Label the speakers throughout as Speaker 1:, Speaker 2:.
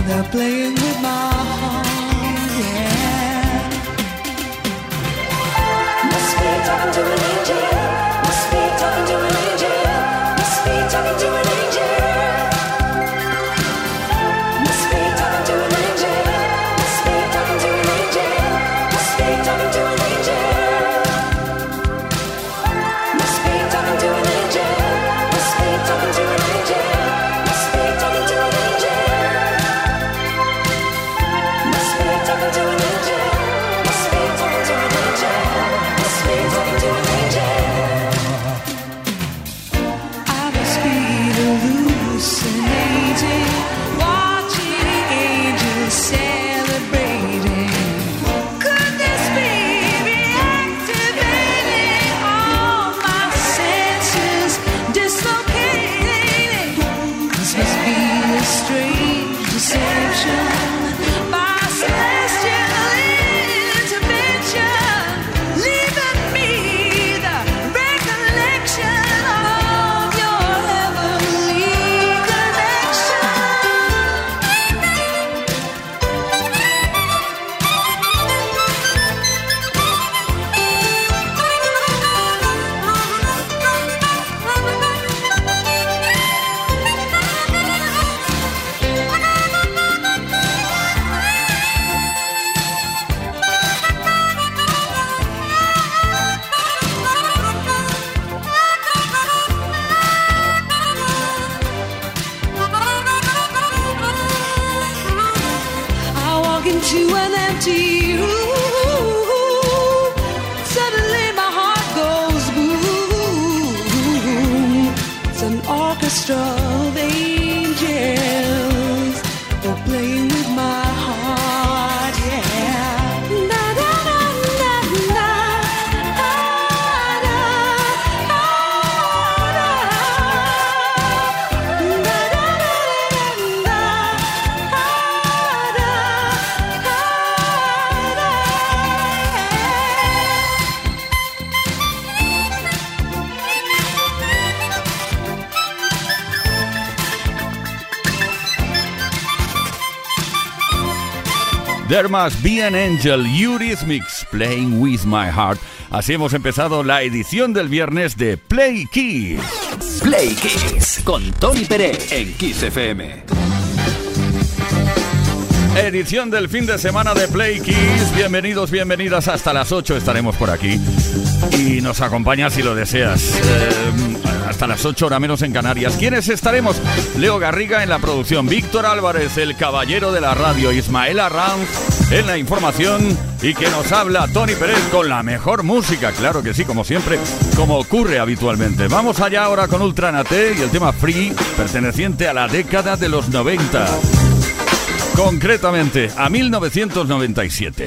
Speaker 1: They're playing with my heart, yeah. Must be talking to an angel. Must be talking to an angel. Must be talking to an angel. Must be talking to an angel. Must be talking to an angel. Must be talking to an angel. Must be talking to an angel. Must be talking to an angel. Must be talking to an angel. Must be talking to an angel. Must be talking to an angel. Must be talking to an angel. I must be hallucinating, watching angels celebrating. Could this be reactivating all my senses, dislocating? This must be a strange deception. My celestial intervention, leaving me the recollection of your heavenly connection. I walk into an empty room. Suddenly my heart goes boom. It's an orchestra of angels. They're playing with my heart, yeah. Na, na, na, na, na. Ah, na, ah, na. Na, na, na, na, na. Ah, na, ah, na.
Speaker 2: There Must Be an Angel, Eurythmics, Playing With My Heart. Así hemos empezado la edición del viernes de Play Kiss.
Speaker 3: Play Kiss con Tony Pérez en Kiss FM.
Speaker 2: Edición del fin de semana de Play Kiss. Bienvenidos, bienvenidas. Hasta las 8 estaremos por aquí. Y nos acompañas si lo deseas. Hasta las 8 horas menos en Canarias. ¿Quiénes estaremos? Leo Garriga en la producción, Víctor Álvarez, el caballero de la radio, Ismael Arranz en la información, y que nos habla Tony Pérez con la mejor música, claro que sí, como siempre, como ocurre habitualmente. Vamos allá ahora con Ultranate y el tema Free, perteneciente a la década de los 90, concretamente a 1997.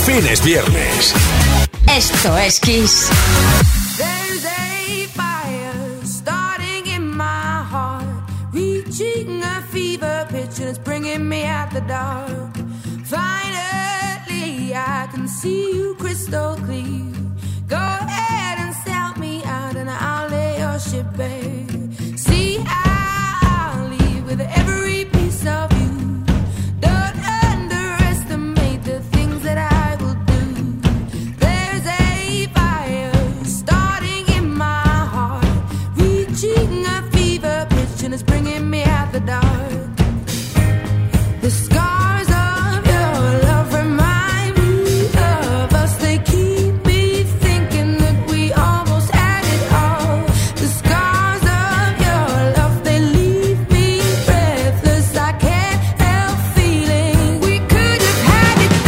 Speaker 4: fin es viernes.
Speaker 5: Esto es Kiss.
Speaker 1: There's a fire starting in my heart, reaching a fever pitch and it's bringing me out the dark. Finally, I can see you crystal clear. Go ahead and sell me out and I'll lay your ship bare. See, I'll leave with every piece of you. Don't underestimate the things that I will do. There's a fire starting in my heart, reaching a fever pitch and it's bringing me out the dark. The scars of your love remind me of us. They keep me thinking that we almost had it all. The scars of your love, they leave me breathless. I can't help feeling we could have had it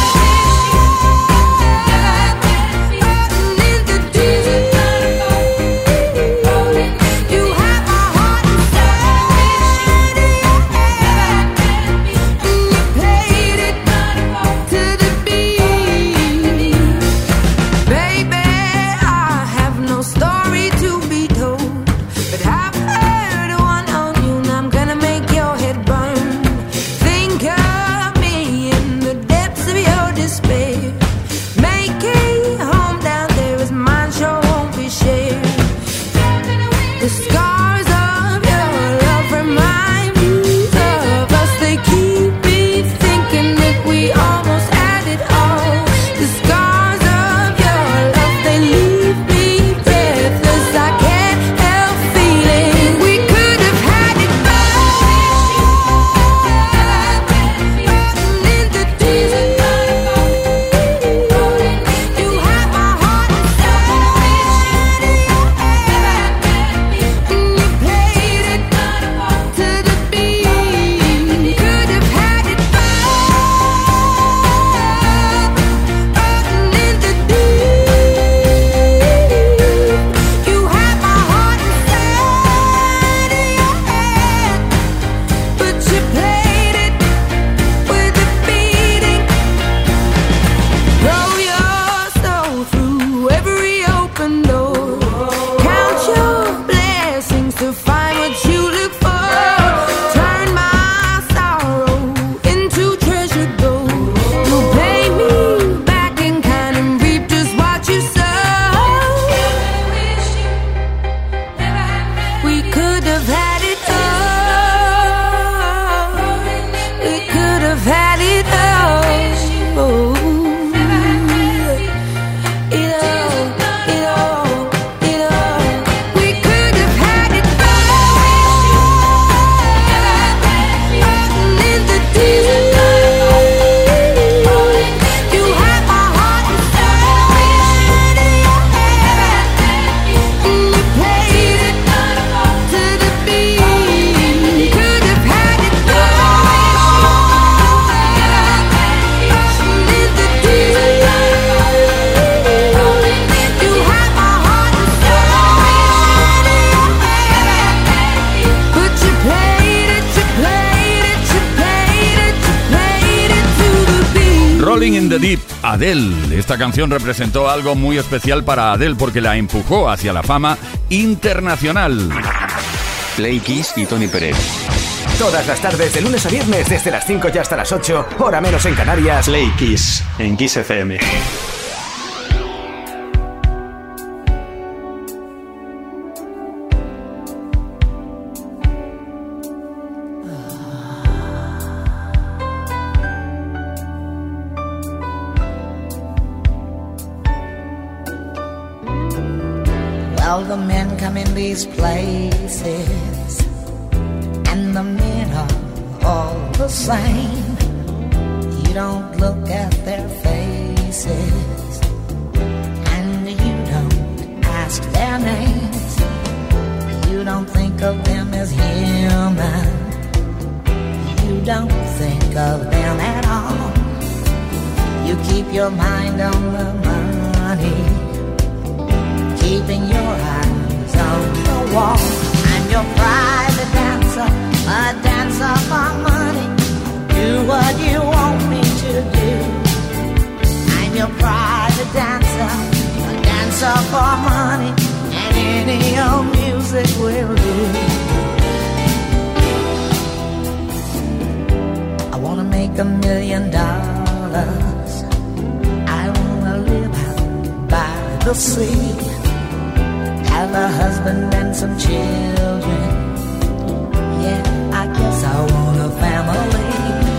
Speaker 1: all. In the deep, you have my heart inside of your hand, and you played it to the beat. Baby, I have no story to be told, but I've heard one on you and I'm gonna make your head burn. Think of me in the depths of your despair. Make a home down there as mine sure won't be shared. The scars of your love remind me of us. They keep me thinking that we almost had it all. The scars of your love, they leave me breathless. I can't help feeling we could have had it all. In the deep, you have my heart inside of your hand, and you played it to the beat. Could have had it all. In the deep, you have my heart inside of your hand, but you played it with a beating. Throw your soul through every open door. Count your blessings to find what you look for. Turn my sorrow into treasure gold. You'll pay me back in kind and reap just what you sow. We could have had it all. We could have had it all. It all. We could have had it all. In the deep, you have my heart inside of your hand, and you played it to the beat. Could have had it all. In the deep, you have my heart inside of your hand, but you played it to the beat.
Speaker 2: Rolling in the Deep, Adele. Esta canción representó algo muy especial para Adele porque la empujó hacia la fama internacional.
Speaker 3: Play Kiss y Tony Pérez.
Speaker 6: Todas las tardes, de lunes a viernes, desde las 5 y hasta las 8, hora menos en Canarias.
Speaker 7: Play Kiss en Kiss FM.
Speaker 8: Well, the men come in these places, and the men are all the same. You don't look at their faces, and you don't ask their names. You don't think of them as human. You don't think of them at all. You keep your mind on the money, keeping your eyes on the wall. I'm your private dancer, a dancer for money. Do what you want me to do. dancer for money, and any old music will do. I wanna make $1 million. I wanna live out by the sea, have a husband and some children. Yeah, I guess I want a family.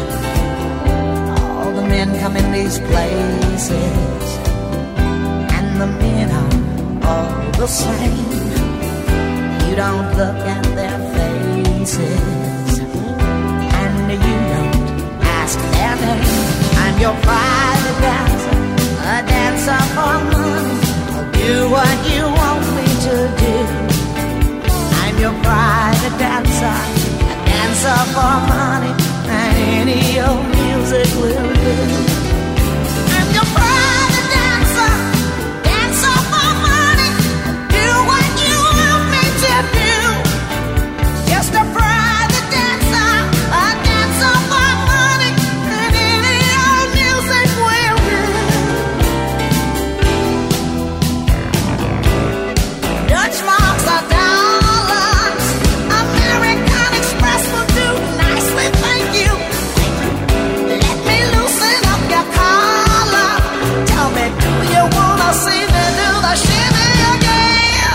Speaker 8: All the men come in these places, and the men are all the same. You don't look at their faces, and you don't ask their name. I'm your private dancer, a dancer for money. I'll do what you want me to do. I'm your private dancer, a dancer for money, and any old music will do. I'm your private dancer, dancer for money. Do what you want me to do. Just a private dancer, a dancer for money, and any old music will do. Dutch marks are dollars, American Express will do nicely, thank you. Let me loosen up your collar. Tell me, do you wanna see me do the shimmy again?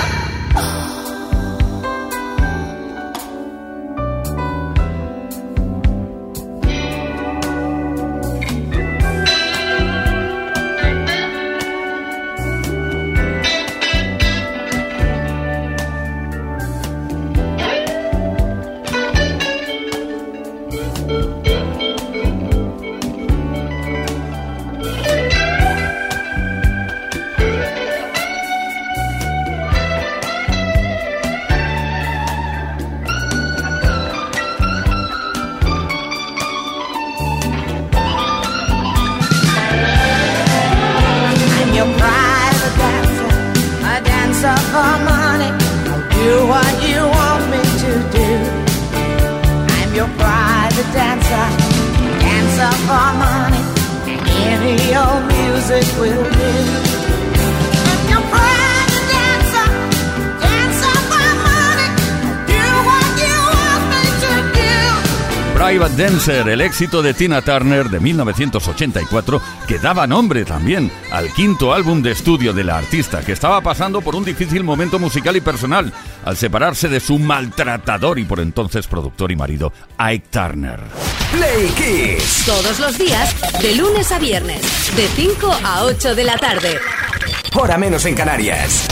Speaker 8: I'm your private dancer, a dancer for money. I'll do what you want me to do. I'm your private dancer, dancer for money, and any old music will do. I'm your private dancer, dancer for money. I'll do what you want me to do.
Speaker 2: Private Dancer, el éxito de Tina Turner de 1984, que daba nombre también al quinto álbum de estudio de la artista, que estaba pasando por un difícil momento musical y personal al separarse de su maltratador y por entonces productor y marido, Ike Turner.
Speaker 6: Play Kiss.
Speaker 5: Todos los días, de lunes a viernes, de 5 a 8 de la tarde.
Speaker 6: Hora menos en Canarias.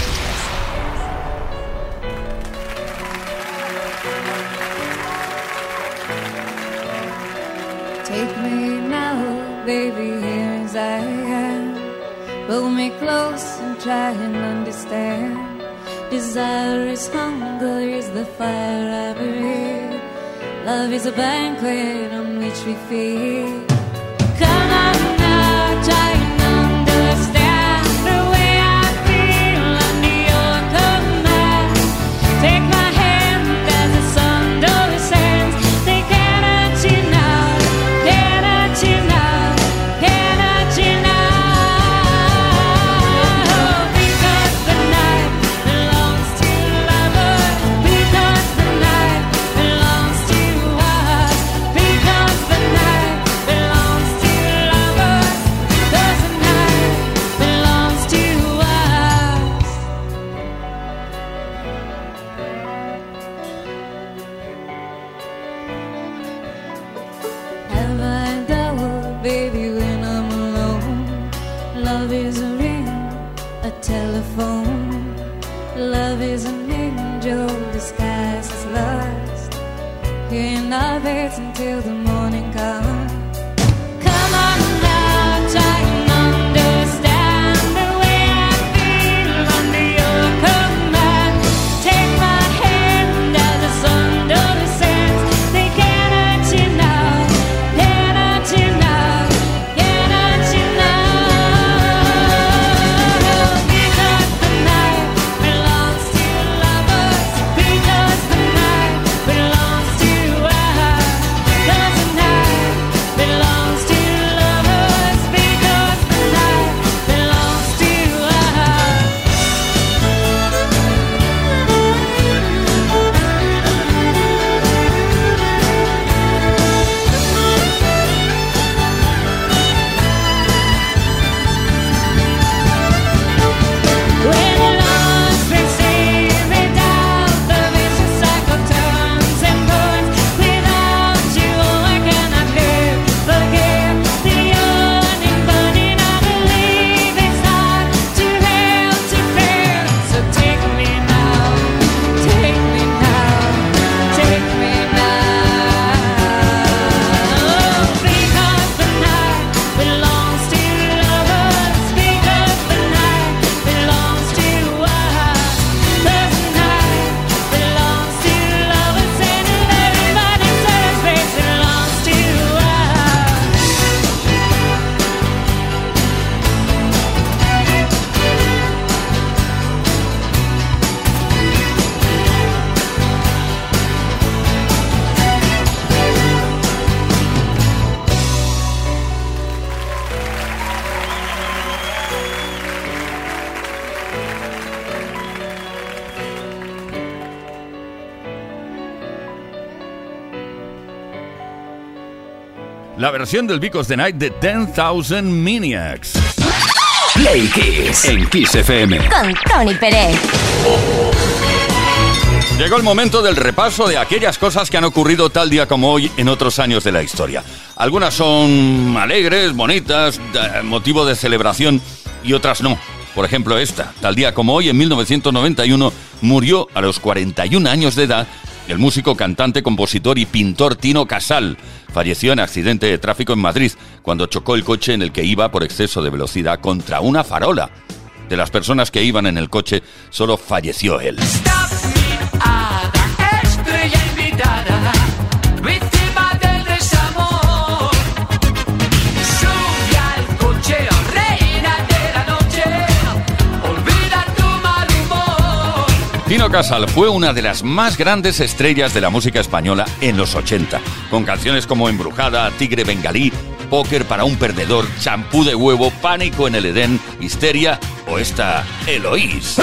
Speaker 1: Take me now, baby, here as I am. Pull me close and try and understand. Desire is hunger, is the fire I breathe. Love is a banquet on which we feed. Come on now, try and understand the way I feel under your command. Take my hand as the sun descends. They cannot you now, cannot you now, cannot you now. Because the night belongs to lovers. Because the night belongs to us. Because the night belongs to lovers. Because the night belongs to us. Have I doubt, baby, when I'm alone? Love is a ring, a telephone. Love is an angel disguised as lust. In our beds until the morning comes. Come on now, try and understand the way I feel under your command. Take my hand as the sun descends. They cannot you now, cannot you now, cannot you now. Because the night belongs to lovers. Because the night belongs to us. Because the night
Speaker 2: la versión del Because the Night de 10,000 Maniacs.
Speaker 3: Play Kiss en Kiss FM.
Speaker 4: Con Tony Pérez.
Speaker 2: Llegó el momento del repaso de aquellas cosas que han ocurrido tal día como hoy en otros años de la historia. Algunas son alegres, bonitas, motivo de celebración, y otras no. Por ejemplo esta, tal día como hoy, en 1991, murió a los 41 años de edad el músico, cantante, compositor y pintor Tino Casal. Falleció en accidente de tráfico en Madrid cuando chocó el coche en el que iba por exceso de velocidad contra una farola. De las personas que iban en el coche, solo falleció él. Tino Casal fue una de las más grandes estrellas de la música española en los 80, con canciones como Embrujada, Tigre Bengalí, Póker para un perdedor, Champú de huevo, Pánico en el Edén, Histeria o esta Eloís.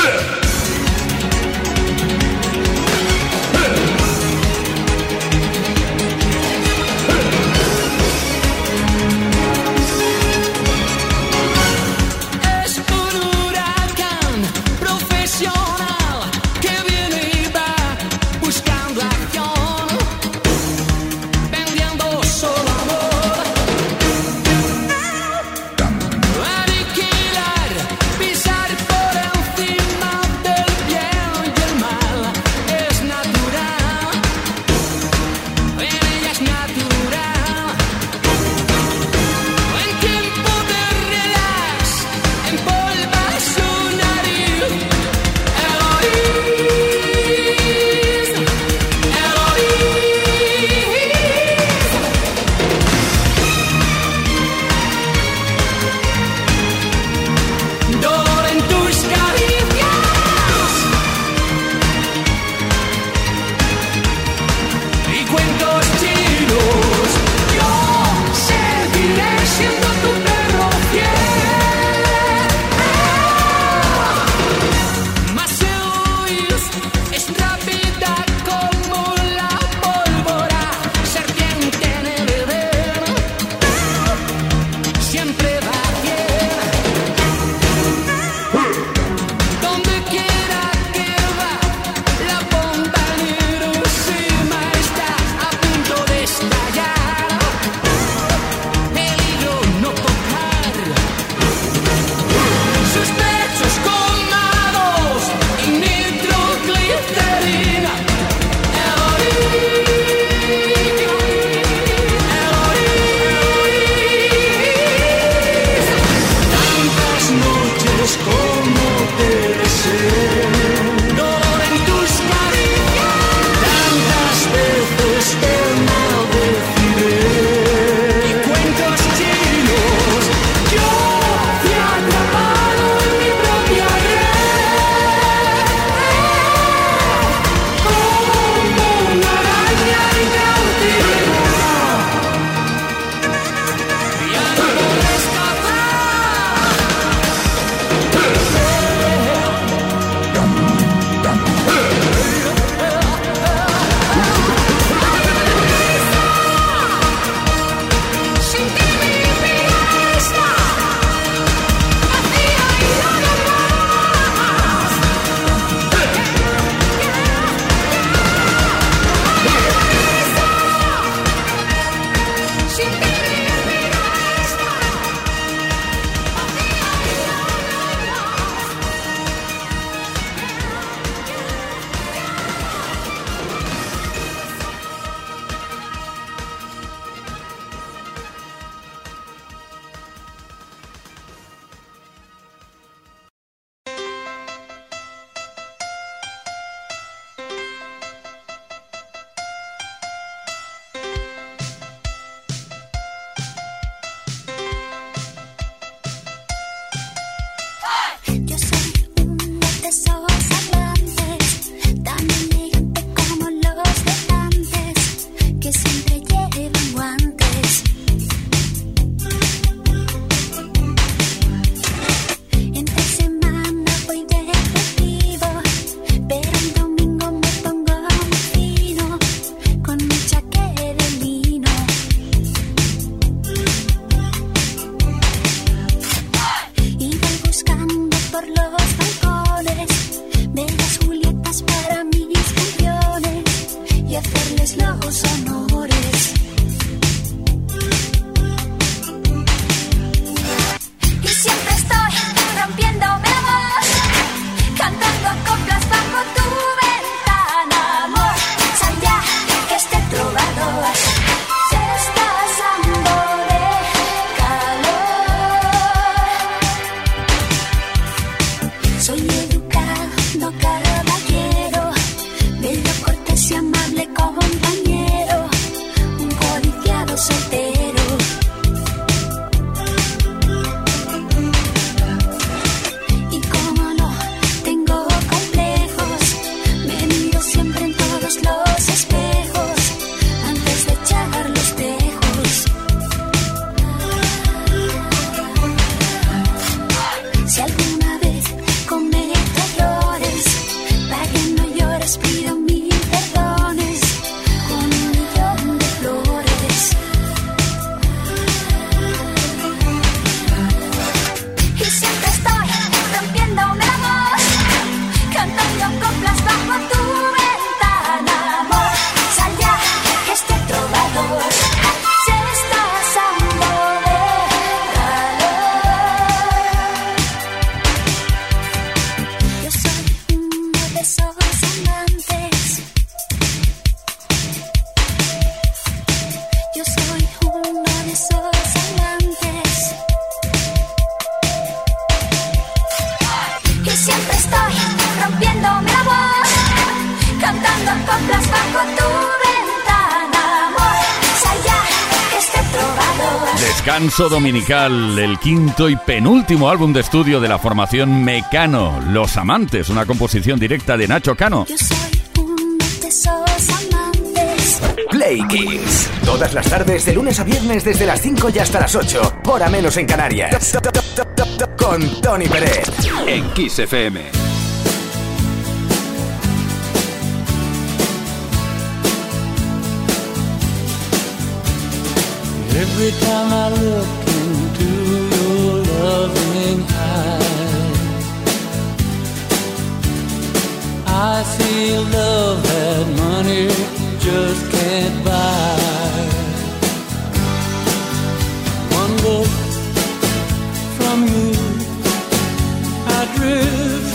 Speaker 2: Descanso Dominical, el quinto y penúltimo álbum de estudio de la formación Mecano, Los Amantes, una composición directa de Nacho Cano.
Speaker 4: Yo soy uno de esos amantes.
Speaker 6: Play Kiss. Todas las tardes, de lunes a viernes, desde las 5 y hasta las 8. Hora menos en Canarias. Con Tony Pérez.
Speaker 3: En Kiss FM.
Speaker 9: Every time I look into your loving eyes, I see love that money just can't buy. One look from you, I drift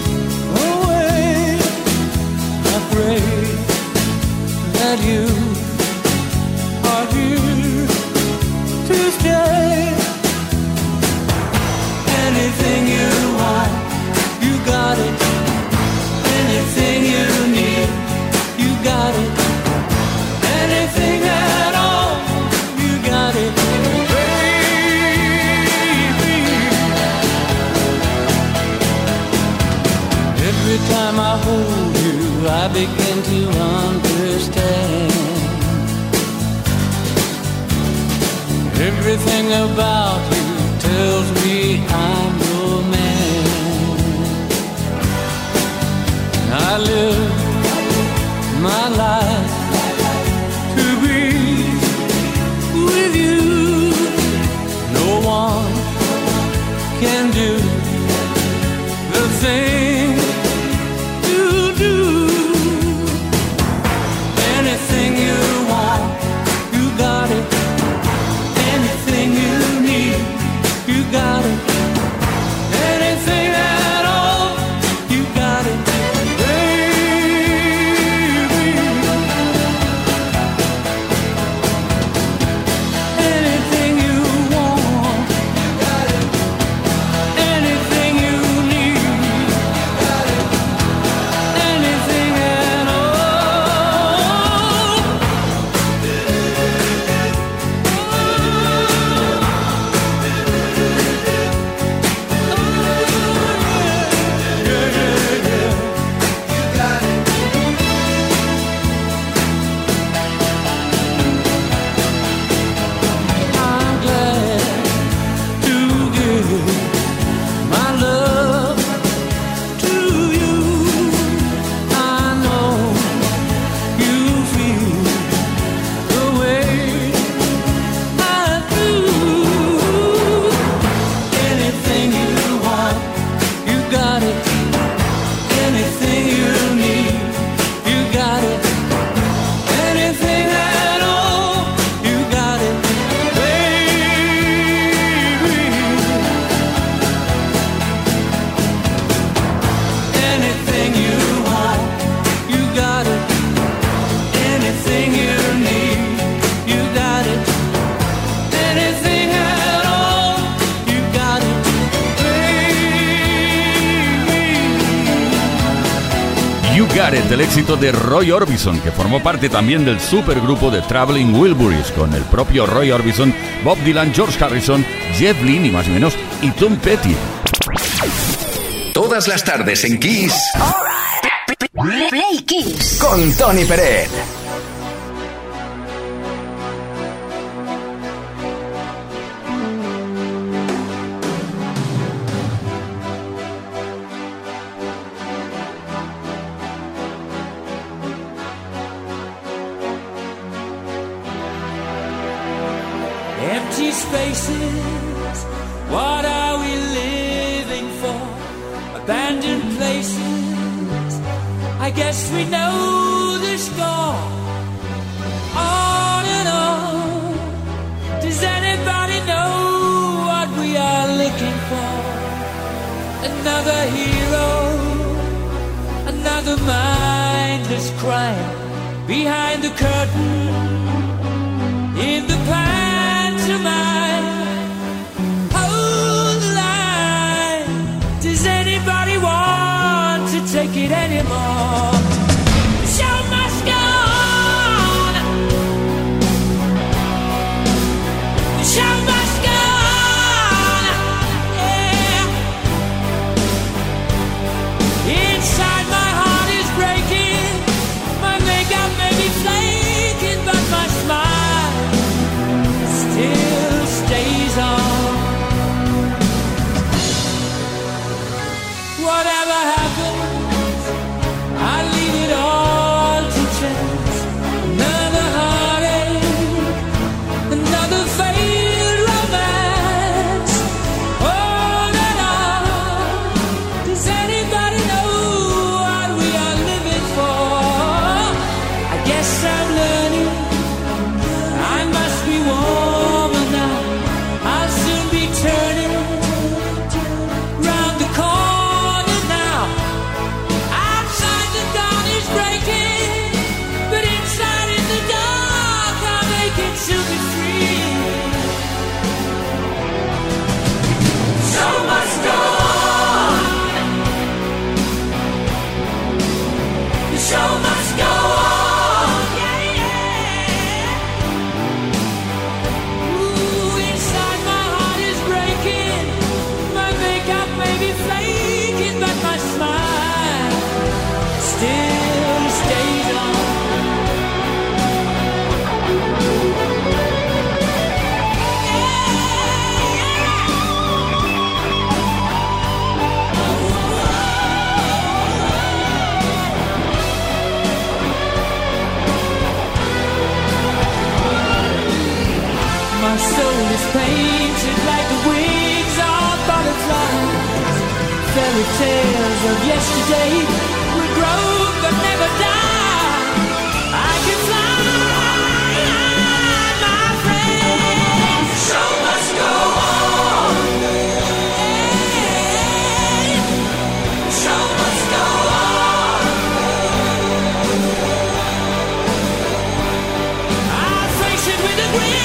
Speaker 9: away. I pray that you are here to stay. Anything you want, you got it. Anything you need, you got it. Anything at all, you got it, baby. Every time I hold you, I begin to understand. Everything about you tells me I'm your man. I live my life to be with you. No one can do the thing you do. Anything you want, you got it. Anything you need, you got it. Anything at all, you got it, baby. Anything you want, you got it. Anything you need, you got it. Anything at all. I'm glad to give my love to you. I know you feel the way I do. Anything you want, you got it. Anything you need, you got it. Anything at all, you got it, baby. Anything you want, you got it. Anything you need, you got it. Anything at all, you got it, baby.
Speaker 2: You Got It, el éxito de Roy Orbison, que formó parte también del supergrupo de Traveling Wilburys, con el propio Roy Orbison, Bob Dylan, George Harrison, Jeff Lynne y más o menos, y Tom Petty.
Speaker 3: Todas las tardes en Kiss.
Speaker 5: Play Kiss.
Speaker 6: Con Tony Pérez.
Speaker 9: Empty spaces, what are we living for? Abandoned places, I guess we know the score. On and on, does anybody know what we are looking for? Another hero, another mindless crime behind the curtain, in the pantomime. Hold the line. Does anybody want to take it anymore? The show must go on. The show must The show must go on. Ooh, inside my heart is breaking. My makeup may be flaking, but my smile still stays on. My soul is painted like the wings of butterflies. Fairy tales of yesterday will grow but never die. I can fly, my friend. The show must go on. The show must go on. I'll face it with a grin.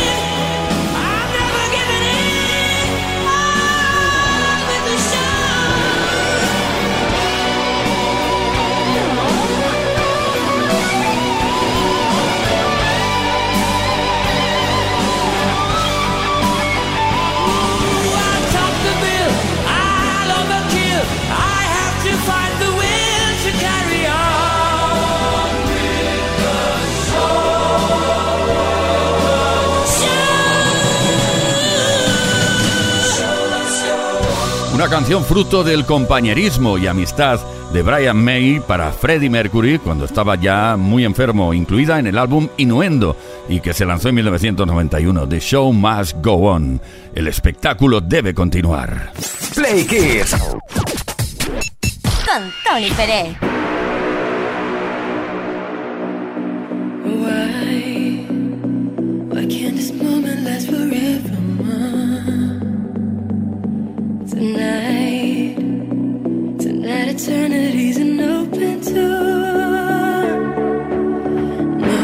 Speaker 9: Find the will to carry on with the
Speaker 2: Una canción fruto del compañerismo y amistad de Brian May para Freddie Mercury cuando estaba ya muy enfermo, incluida en el álbum Innuendo y que se lanzó en 1991. The Show Must Go On. El espectáculo debe continuar.
Speaker 6: Play Kiss.
Speaker 4: Con Tony Pérez.
Speaker 9: Why can't this moment last forever? Tonight eternity's an open door. No,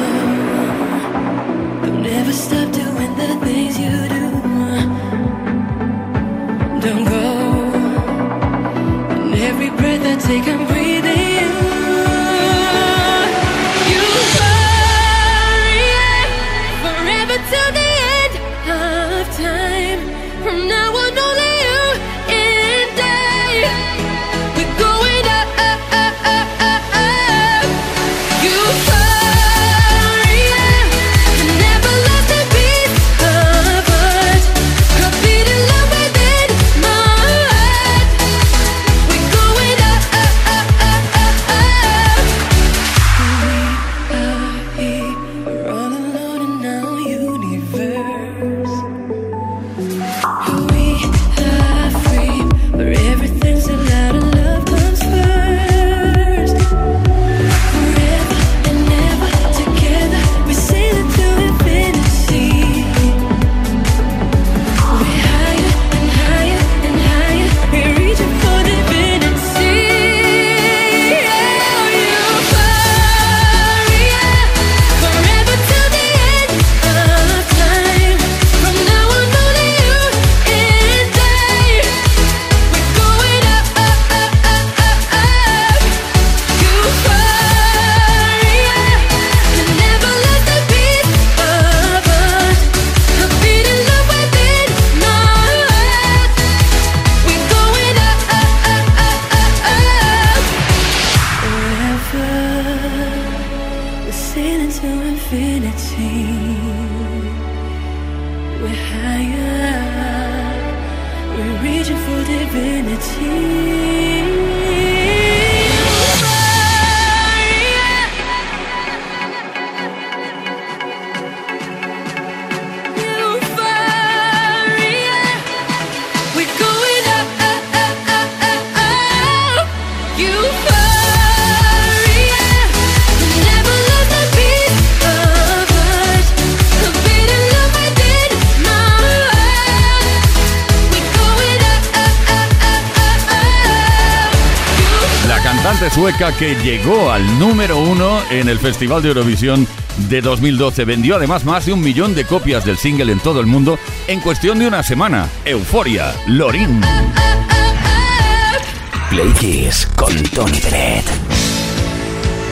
Speaker 9: don't ever stop doing the things you do. Don't go. And every breath I take, I'm breathing you. You hurry forever till the end of time. From now on, only you and I. We're going up, up, up, up, up, up. You hurry and never let the beat of us. A beating love within my heart. We're going up, up, up, up, up, up. We are here, we're all alone in our universe. We are free, where everything's allowed and love comes first. Forever and ever together, we're sailing through infinity. We're higher and higher and higher, we're reaching for divinity. Oh, you hurry forever till the end of time. From now on, only you and I. We're going up, up, up, up, up, up. You hurry and never let the beat of us. A beating love within my heart. We're going up, up, up, up, up, up. Forever, we're sailing to infinity. We're higher, we're reaching for divinity. We're going up, up, up, up, up, up. You hurry, never let the beat of us. The beating love within my heart. We're going up, up, up, up, up, up.
Speaker 2: La cantante sueca que llegó al número 1 en el Festival de Eurovisión de 2012 vendió además más de 1 millón de copias del single en todo el mundo en cuestión de una semana. Euforia, Loreen.
Speaker 6: Play Kiss con Tony Pérez.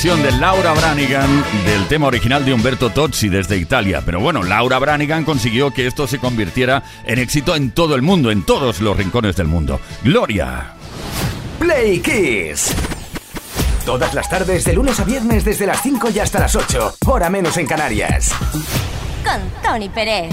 Speaker 2: versión de Laura Branigan del tema original de Umberto Tozzi desde Italia. Pero bueno, Laura Branigan consiguió que esto se convirtiera en éxito en todo el mundo, en todos los rincones del mundo. ¡Gloria!
Speaker 6: Play Kiss. Todas las tardes de lunes a viernes desde las 5 y hasta las 8, hora menos en Canarias.
Speaker 10: Con Tony Pérez.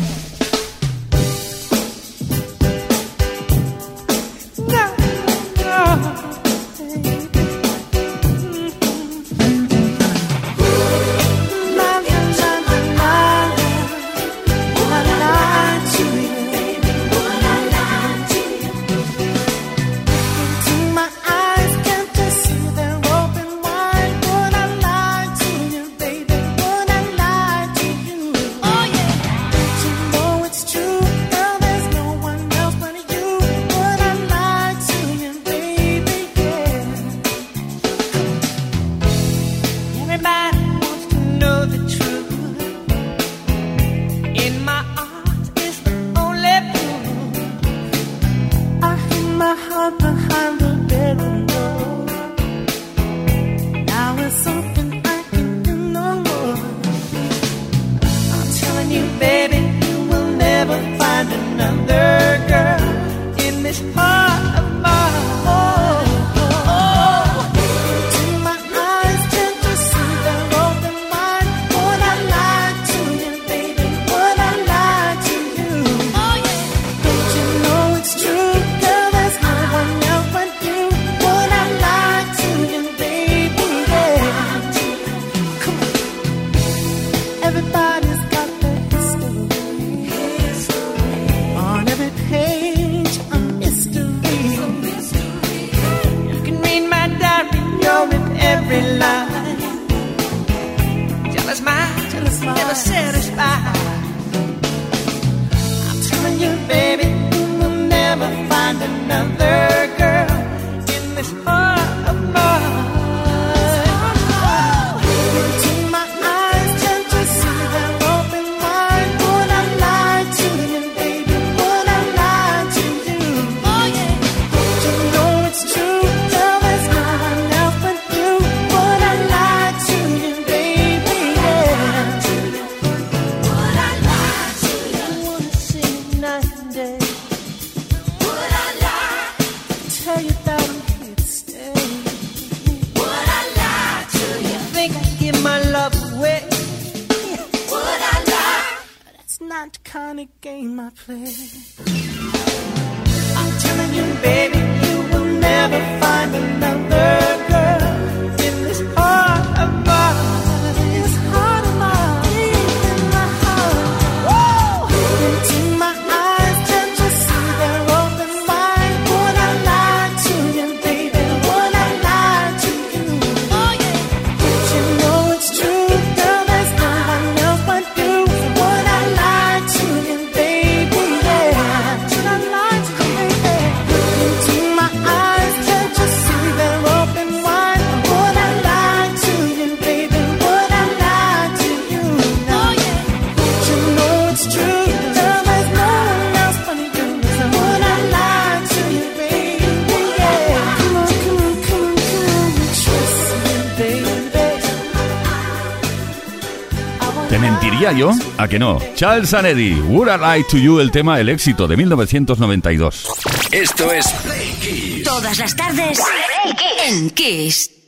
Speaker 2: ¿Yo? ¿A que no? Charles and Eddie, Would I Lie to You, el tema El Éxito de 1992.
Speaker 3: Esto es Play Kiss.
Speaker 5: Todas las tardes en Kiss.